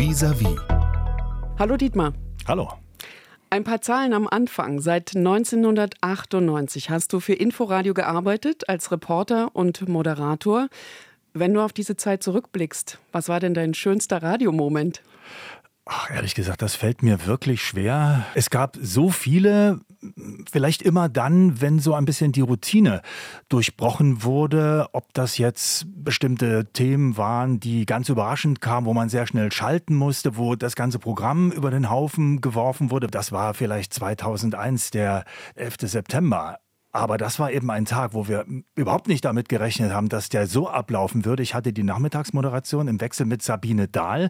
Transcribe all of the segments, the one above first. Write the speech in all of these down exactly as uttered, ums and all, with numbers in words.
Vis-à-vis. Hallo Dietmar. Hallo. Ein paar Zahlen am Anfang. Seit neunzehnhundertachtundneunzig hast du für Inforadio gearbeitet, als Reporter und Moderator. Wenn du auf diese Zeit zurückblickst, was war denn dein schönster Radiomoment? Ach, ehrlich gesagt, das fällt mir wirklich schwer. Es gab so viele, vielleicht immer dann, wenn so ein bisschen die Routine durchbrochen wurde, ob das jetzt bestimmte Themen waren, die ganz überraschend kamen, wo man sehr schnell schalten musste, wo das ganze Programm über den Haufen geworfen wurde. Das war vielleicht zweitausendeins, der elfter September. Aber das war eben ein Tag, wo wir überhaupt nicht damit gerechnet haben, dass der so ablaufen würde. Ich hatte die Nachmittagsmoderation im Wechsel mit Sabine Dahl.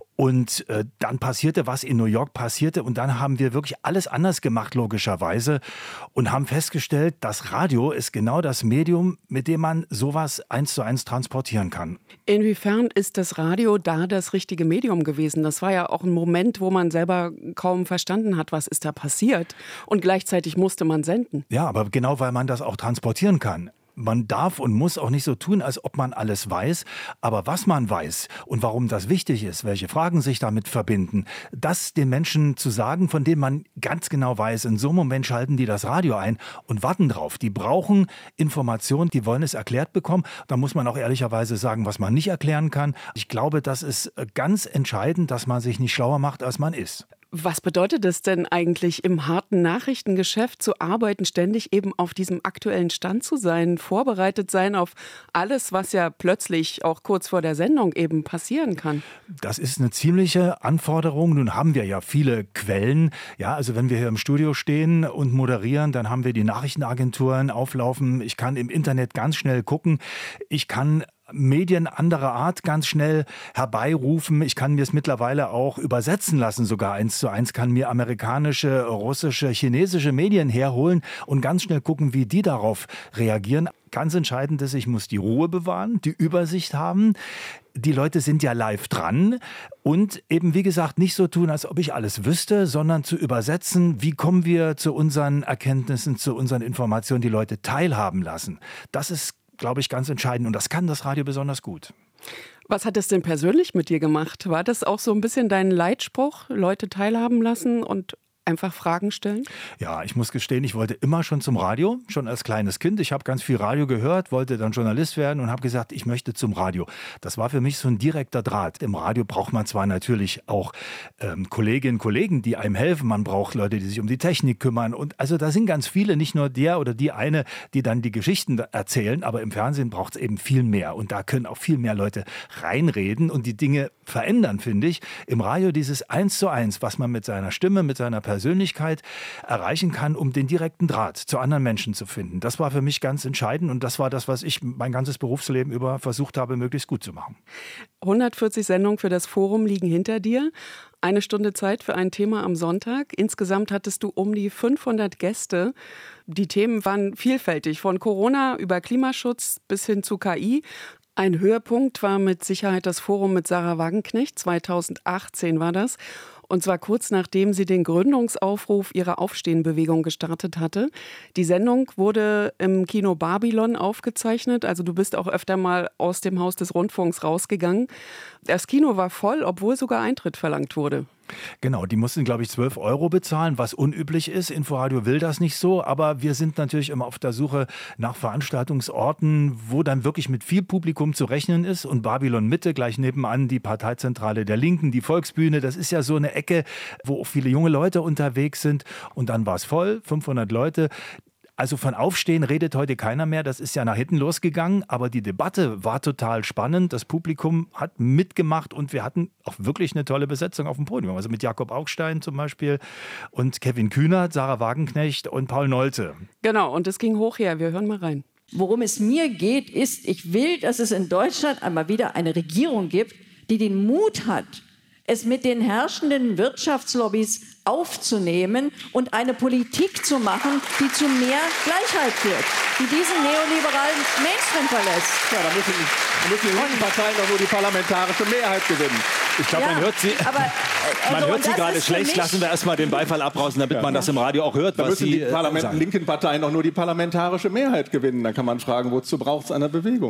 Und äh, dann passierte, was in New York passierte. Und dann haben wir wirklich alles anders gemacht, logischerweise. Und haben festgestellt, das Radio ist genau das Medium, mit dem man sowas eins zu eins transportieren kann. Inwiefern ist das Radio da das richtige Medium gewesen? Das war ja auch ein Moment, wo man selber kaum verstanden hat, was ist da passiert. Und gleichzeitig musste man senden. Ja, aber genau, weil man das auch transportieren kann. Man darf und muss auch nicht so tun, als ob man alles weiß. Aber was man weiß und warum das wichtig ist, welche Fragen sich damit verbinden, das den Menschen zu sagen, von denen man ganz genau weiß, in so einem Moment schalten die das Radio ein und warten drauf. Die brauchen Informationen, die wollen es erklärt bekommen. Da muss man auch ehrlicherweise sagen, was man nicht erklären kann. Ich glaube, das ist ganz entscheidend, dass man sich nicht schlauer macht, als man ist. Was bedeutet es denn eigentlich, im harten Nachrichtengeschäft zu arbeiten, ständig eben auf diesem aktuellen Stand zu sein, vorbereitet sein auf alles, was ja plötzlich auch kurz vor der Sendung eben passieren kann? Das ist eine ziemliche Anforderung. Nun haben wir ja viele Quellen. Ja, also wenn wir hier im Studio stehen und moderieren, dann haben wir die Nachrichtenagenturen auflaufen. Ich kann im Internet ganz schnell gucken. Ich kann Medien anderer Art ganz schnell herbeirufen. Ich kann mir es mittlerweile auch übersetzen lassen, sogar eins zu eins, kann mir amerikanische, russische, chinesische Medien herholen und ganz schnell gucken, wie die darauf reagieren. Ganz entscheidend ist, ich muss die Ruhe bewahren, die Übersicht haben. Die Leute sind ja live dran und eben, wie gesagt, nicht so tun, als ob ich alles wüsste, sondern zu übersetzen, wie kommen wir zu unseren Erkenntnissen, zu unseren Informationen, die Leute teilhaben lassen. Das ist, glaube ich, ganz entscheidend. Und das kann das Radio besonders gut. Was hat es denn persönlich mit dir gemacht? War das auch so ein bisschen dein Leitspruch, Leute teilhaben lassen und einfach Fragen stellen? Ja, ich muss gestehen, ich wollte immer schon zum Radio, schon als kleines Kind. Ich habe ganz viel Radio gehört, wollte dann Journalist werden und habe gesagt, ich möchte zum Radio. Das war für mich so ein direkter Draht. Im Radio braucht man zwar natürlich auch ähm, Kolleginnen und Kollegen, die einem helfen. Man braucht Leute, die sich um die Technik kümmern. Und also da sind ganz viele, nicht nur der oder die eine, die dann die Geschichten erzählen. Aber im Fernsehen braucht es eben viel mehr. Und da können auch viel mehr Leute reinreden und die Dinge verändern, finde ich. Im Radio dieses Eins zu Eins, was man mit seiner Stimme, mit seiner Persönlichkeit erreichen kann, um den direkten Draht zu anderen Menschen zu finden. Das war für mich ganz entscheidend und das war das, was ich mein ganzes Berufsleben über versucht habe, möglichst gut zu machen. hundertvierzig Sendungen für das Forum liegen hinter dir. Eine Stunde Zeit für ein Thema am Sonntag. Insgesamt hattest du um die fünfhundert Gäste. Die Themen waren vielfältig, von Corona über Klimaschutz bis hin zu K I. Ein Höhepunkt war mit Sicherheit das Forum mit Sarah Wagenknecht. zweitausendachtzehn war das. Und zwar kurz nachdem sie den Gründungsaufruf ihrer Aufstehenbewegung gestartet hatte. Die Sendung wurde im Kino Babylon aufgezeichnet. Also du bist auch öfter mal aus dem Haus des Rundfunks rausgegangen. Das Kino war voll, obwohl sogar Eintritt verlangt wurde. Genau, die mussten, glaube ich, zwölf Euro bezahlen, was unüblich ist. Inforadio will das nicht so, aber wir sind natürlich immer auf der Suche nach Veranstaltungsorten, wo dann wirklich mit viel Publikum zu rechnen ist. Und Babylon Mitte, gleich nebenan die Parteizentrale der Linken, die Volksbühne, das ist ja so eine Ecke, wo auch viele junge Leute unterwegs sind. Und dann war es voll, fünfhundert Leute. Also von Aufstehen redet heute keiner mehr, das ist ja nach hinten losgegangen, aber die Debatte war total spannend, das Publikum hat mitgemacht und wir hatten auch wirklich eine tolle Besetzung auf dem Podium, also mit Jakob Augstein zum Beispiel und Kevin Kühnert, Sarah Wagenknecht und Paul Nolte. Genau, und es ging hoch her, wir hören mal rein. Worum es mir geht, ist, ich will, dass es in Deutschland einmal wieder eine Regierung gibt, die den Mut hat, es mit den herrschenden Wirtschaftslobbys aufzunehmen und eine Politik zu machen, die zu mehr Gleichheit führt, die diesen neoliberalen Mainstream verlässt. Ja, da müssen, da müssen die linken Parteien doch nur die parlamentarische Mehrheit gewinnen. Ich glaube, Ja, man hört sie, aber, äh, man also, hört und sie das gerade ist für schlecht. mich- Lassen wir erstmal den Beifall abbrausen, damit man das im Radio auch hört, Da was müssen sie die äh, Parlament- sagen. linken Parteien doch nur die parlamentarische Mehrheit gewinnen. Dann kann man fragen, wozu braucht es eine Bewegung?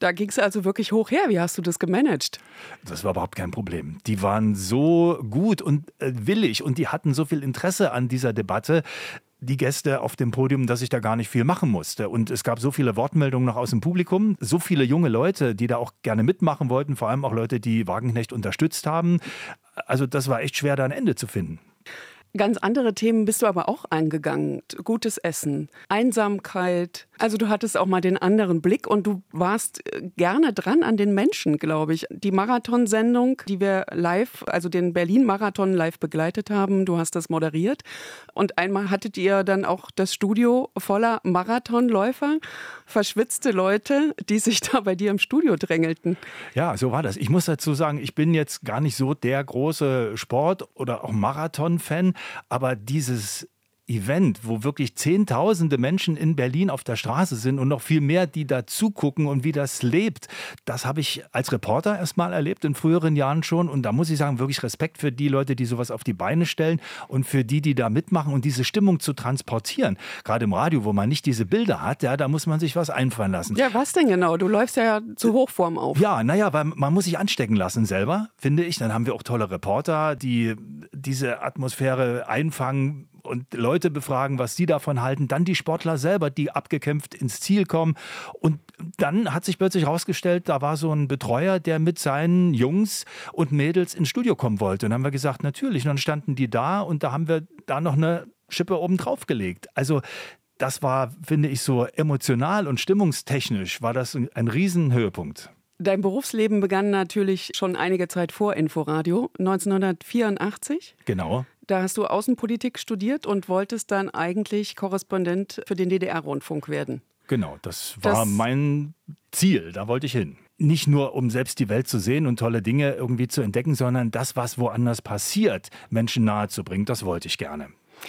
Da ging es also wirklich hoch her. Wie hast du das gemanagt? Das war überhaupt kein Problem. Die waren so gut und äh, willig und die hatten so viel Interesse an dieser Debatte, die Gäste auf dem Podium, dass ich da gar nicht viel machen musste. Und es gab so viele Wortmeldungen noch aus dem Publikum, so viele junge Leute, die da auch gerne mitmachen wollten, vor allem auch Leute, die Wagenknecht unterstützt haben. Also das war echt schwer, da ein Ende zu finden. Ganz andere Themen bist du aber auch eingegangen. Gutes Essen, Einsamkeit. Also du hattest auch mal den anderen Blick und du warst gerne dran an den Menschen, glaube ich. Die Marathonsendung, die wir live, also den Berlin-Marathon live begleitet haben, du hast das moderiert. Und einmal hattet ihr dann auch das Studio voller Marathonläufer, verschwitzte Leute, die sich da bei dir im Studio drängelten. Ja, so war das. Ich muss dazu sagen, ich bin jetzt gar nicht so der große Sport- oder auch Marathon-Fan. Aber dieses Event, wo wirklich Zehntausende Menschen in Berlin auf der Straße sind und noch viel mehr, die da zugucken und wie das lebt, das habe ich als Reporter erst mal erlebt, in früheren Jahren schon. Und da muss ich sagen, wirklich Respekt für die Leute, die sowas auf die Beine stellen und für die, die da mitmachen und diese Stimmung zu transportieren. Gerade im Radio, wo man nicht diese Bilder hat, ja, da muss man sich was einfallen lassen. Ja, was denn genau? Du läufst ja zu Hochform auf. Ja, naja, weil man muss sich anstecken lassen selber, finde ich. Dann haben wir auch tolle Reporter, die diese Atmosphäre einfangen und Leute befragen, was sie davon halten. Dann die Sportler selber, die abgekämpft ins Ziel kommen. Und dann hat sich plötzlich herausgestellt, da war so ein Betreuer, der mit seinen Jungs und Mädels ins Studio kommen wollte. Und dann haben wir gesagt, natürlich. Und dann standen die da und da haben wir da noch eine Schippe oben drauf gelegt. Also das war, finde ich, so emotional und stimmungstechnisch war das ein, ein Riesenhöhepunkt. Dein Berufsleben begann natürlich schon einige Zeit vor Inforadio, neunzehnhundertvierundachtzig. Genau. Da hast du Außenpolitik studiert und wolltest dann eigentlich Korrespondent für den D D R-Rundfunk werden. Genau, das war Das mein Ziel, da wollte ich hin. Nicht nur, um selbst die Welt zu sehen und tolle Dinge irgendwie zu entdecken, sondern das, was woanders passiert, Menschen nahezubringen, das wollte ich gerne.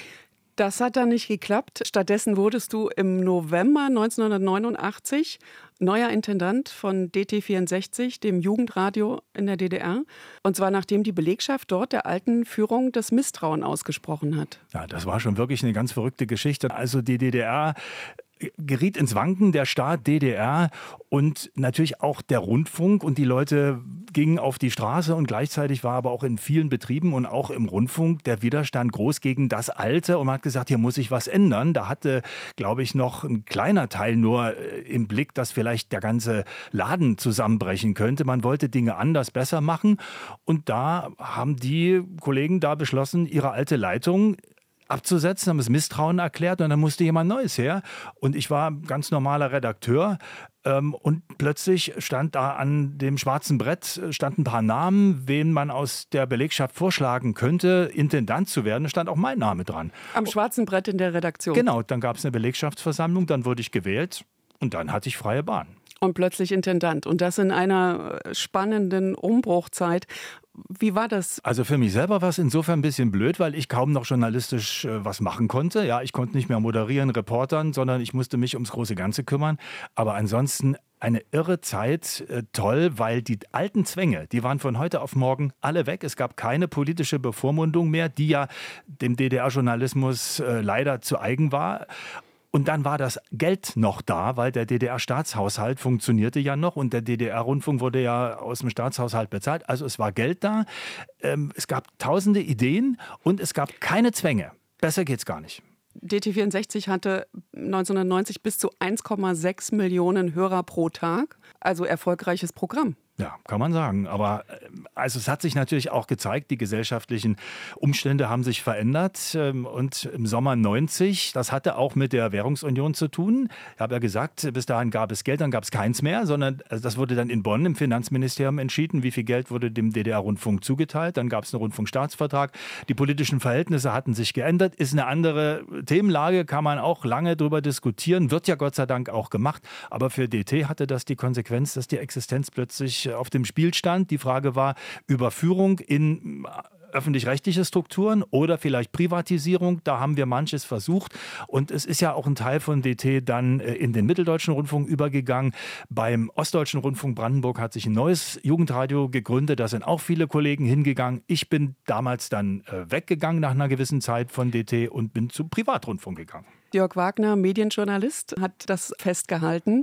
Das hat dann nicht geklappt. Stattdessen wurdest du im November neunzehnhundertneunundachtzig neuer Intendant von D T vierundsechzig, dem Jugendradio in der D D R. Und zwar nachdem die Belegschaft dort der alten Führung das Misstrauen ausgesprochen hat. Ja, das war schon wirklich eine ganz verrückte Geschichte. Also die D D R geriet ins Wanken, der Staat D D R und natürlich auch der Rundfunk und die Leute gingen auf die Straße und gleichzeitig war aber auch in vielen Betrieben und auch im Rundfunk der Widerstand groß gegen das Alte und man hat gesagt, hier muss sich was ändern. Da hatte, glaube ich, noch ein kleiner Teil nur im Blick, dass vielleicht der ganze Laden zusammenbrechen könnte. Man wollte Dinge anders, besser machen und da haben die Kollegen da beschlossen, ihre alte Leitung abzusetzen, haben das Misstrauen erklärt und dann musste jemand Neues her. Und ich war ganz normaler Redakteur ähm, und plötzlich stand da an dem schwarzen Brett standen ein paar Namen, wen man aus der Belegschaft vorschlagen könnte, Intendant zu werden. Da stand auch mein Name dran. Am schwarzen Brett in der Redaktion. Genau, dann gab es eine Belegschaftsversammlung, dann wurde ich gewählt und dann hatte ich freie Bahn. Und plötzlich Intendant. Und das in einer spannenden Umbruchzeit. Wie war das? Also für mich selber war es insofern ein bisschen blöd, weil ich kaum noch journalistisch äh, was machen konnte. Ja, ich konnte nicht mehr moderieren, reportern, sondern ich musste mich ums große Ganze kümmern. Aber ansonsten eine irre Zeit, äh, toll, weil die alten Zwänge, die waren von heute auf morgen alle weg. Es gab keine politische Bevormundung mehr, die ja dem D D R-Journalismus äh, leider zu eigen war. Und dann war das Geld noch da, weil der D D R-Staatshaushalt funktionierte ja noch und der D D R-Rundfunk wurde ja aus dem Staatshaushalt bezahlt. Also es war Geld da, ähm, es gab tausende Ideen und es gab keine Zwänge. Besser geht's gar nicht. D T vierundsechzig hatte neunzehnhundertneunzig bis zu eins Komma sechs Millionen Hörer pro Tag. Also erfolgreiches Programm. Ja, kann man sagen. Aber also es hat sich natürlich auch gezeigt, die gesellschaftlichen Umstände haben sich verändert. Und im Sommer neunzig, das hatte auch mit der Währungsunion zu tun. Ich habe ja gesagt, bis dahin gab es Geld, dann gab es keins mehr, sondern also das wurde dann in Bonn im Finanzministerium entschieden, wie viel Geld wurde dem D D R-Rundfunk zugeteilt. Dann gab es einen Rundfunkstaatsvertrag. Die politischen Verhältnisse hatten sich geändert. Ist eine andere Themenlage, kann man auch lange drüber diskutieren. Wird ja Gott sei Dank auch gemacht. Aber für D T hatte das die Konsequenz, dass die Existenz plötzlich auf dem Spiel stand. Die Frage war Überführung in öffentlich-rechtliche Strukturen oder vielleicht Privatisierung. Da haben wir manches versucht. Und es ist ja auch ein Teil von D T dann in den Mitteldeutschen Rundfunk übergegangen. Beim Ostdeutschen Rundfunk Brandenburg hat sich ein neues Jugendradio gegründet. Da sind auch viele Kollegen hingegangen. Ich bin damals dann weggegangen nach einer gewissen Zeit von D T und bin zum Privatrundfunk gegangen. Jörg Wagner, Medienjournalist, hat das festgehalten.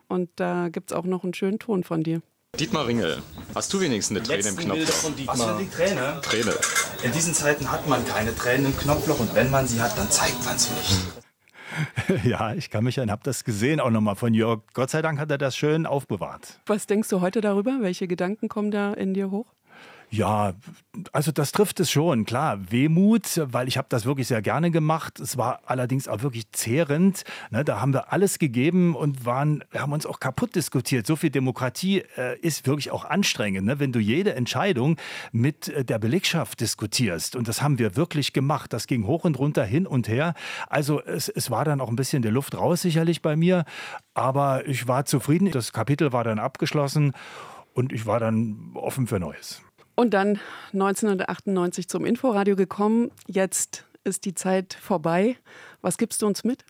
und da gibt es auch noch einen schönen Ton von dir. Dietmar Ringel, hast du wenigstens eine Träne im Knopfloch? Was für die Träne? Träne. In diesen Zeiten hat man keine Tränen im Knopfloch und wenn man sie hat, dann zeigt man sie nicht. Ja, ich kann mich erinnern, habe das gesehen auch nochmal von Jörg. Gott sei Dank hat er das schön aufbewahrt. Was denkst du heute darüber? Welche Gedanken kommen da in dir hoch? Ja, also das trifft es schon, klar. Wehmut, weil ich habe das wirklich sehr gerne gemacht. Es war allerdings auch wirklich zehrend. Ne, da haben wir alles gegeben und waren, wir haben uns auch kaputt diskutiert. So viel Demokratie äh, ist wirklich auch anstrengend, ne, wenn du jede Entscheidung mit äh, der Belegschaft diskutierst. Und das haben wir wirklich gemacht. Das ging hoch und runter, hin und her. Also es, es war dann auch ein bisschen die Luft raus sicherlich bei mir. Aber ich war zufrieden. Das Kapitel war dann abgeschlossen und ich war dann offen für Neues. Und dann neunzehnhundertachtundneunzig zum Inforadio gekommen. Jetzt ist die Zeit vorbei. Was gibst du uns mit?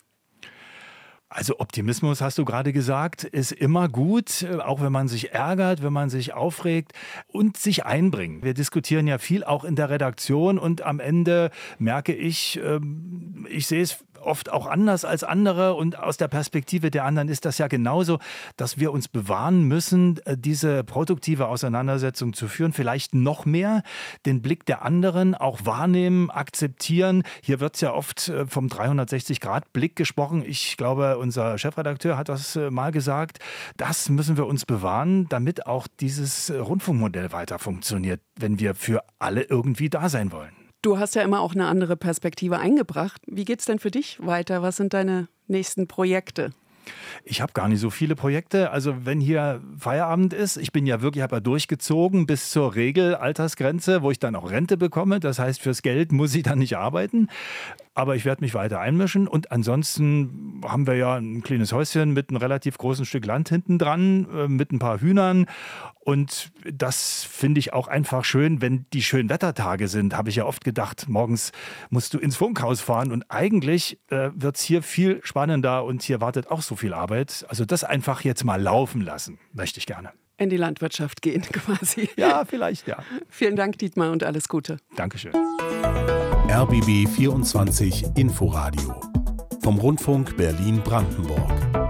Also Optimismus, hast du gerade gesagt, ist immer gut, auch wenn man sich ärgert, wenn man sich aufregt und sich einbringen. Wir diskutieren ja viel auch in der Redaktion und am Ende merke ich, ich sehe es oft auch anders als andere und aus der Perspektive der anderen ist das ja genauso, dass wir uns bewahren müssen, diese produktive Auseinandersetzung zu führen, vielleicht noch mehr den Blick der anderen auch wahrnehmen, akzeptieren. Hier wird es ja oft vom dreihundertsechzig-Grad-Blick gesprochen. Ich glaube, unser Chefredakteur hat das mal gesagt. Das müssen wir uns bewahren, damit auch dieses Rundfunkmodell weiter funktioniert, wenn wir für alle irgendwie da sein wollen. Du hast ja immer auch eine andere Perspektive eingebracht. Wie geht's denn für dich weiter? Was sind deine nächsten Projekte? Ich habe gar nicht so viele Projekte. Also wenn hier Feierabend ist, ich bin ja wirklich, habe ja durchgezogen bis zur Regelaltersgrenze, wo ich dann auch Rente bekomme. Das heißt, fürs Geld muss ich dann nicht arbeiten. Aber ich werde mich weiter einmischen und ansonsten haben wir ja ein kleines Häuschen mit einem relativ großen Stück Land hinten dran, äh, mit ein paar Hühnern und das finde ich auch einfach schön, wenn die schönen Wettertage sind, habe ich ja oft gedacht, morgens musst du ins Funkhaus fahren und eigentlich äh, wird es hier viel spannender und hier wartet auch so viel Arbeit. Also das einfach jetzt mal laufen lassen, möchte ich gerne. In die Landwirtschaft gehen quasi. Ja, vielleicht, ja. Vielen Dank, Dietmar, und alles Gute. Dankeschön. R B B vierundzwanzig Inforadio vom Rundfunk Berlin-Brandenburg.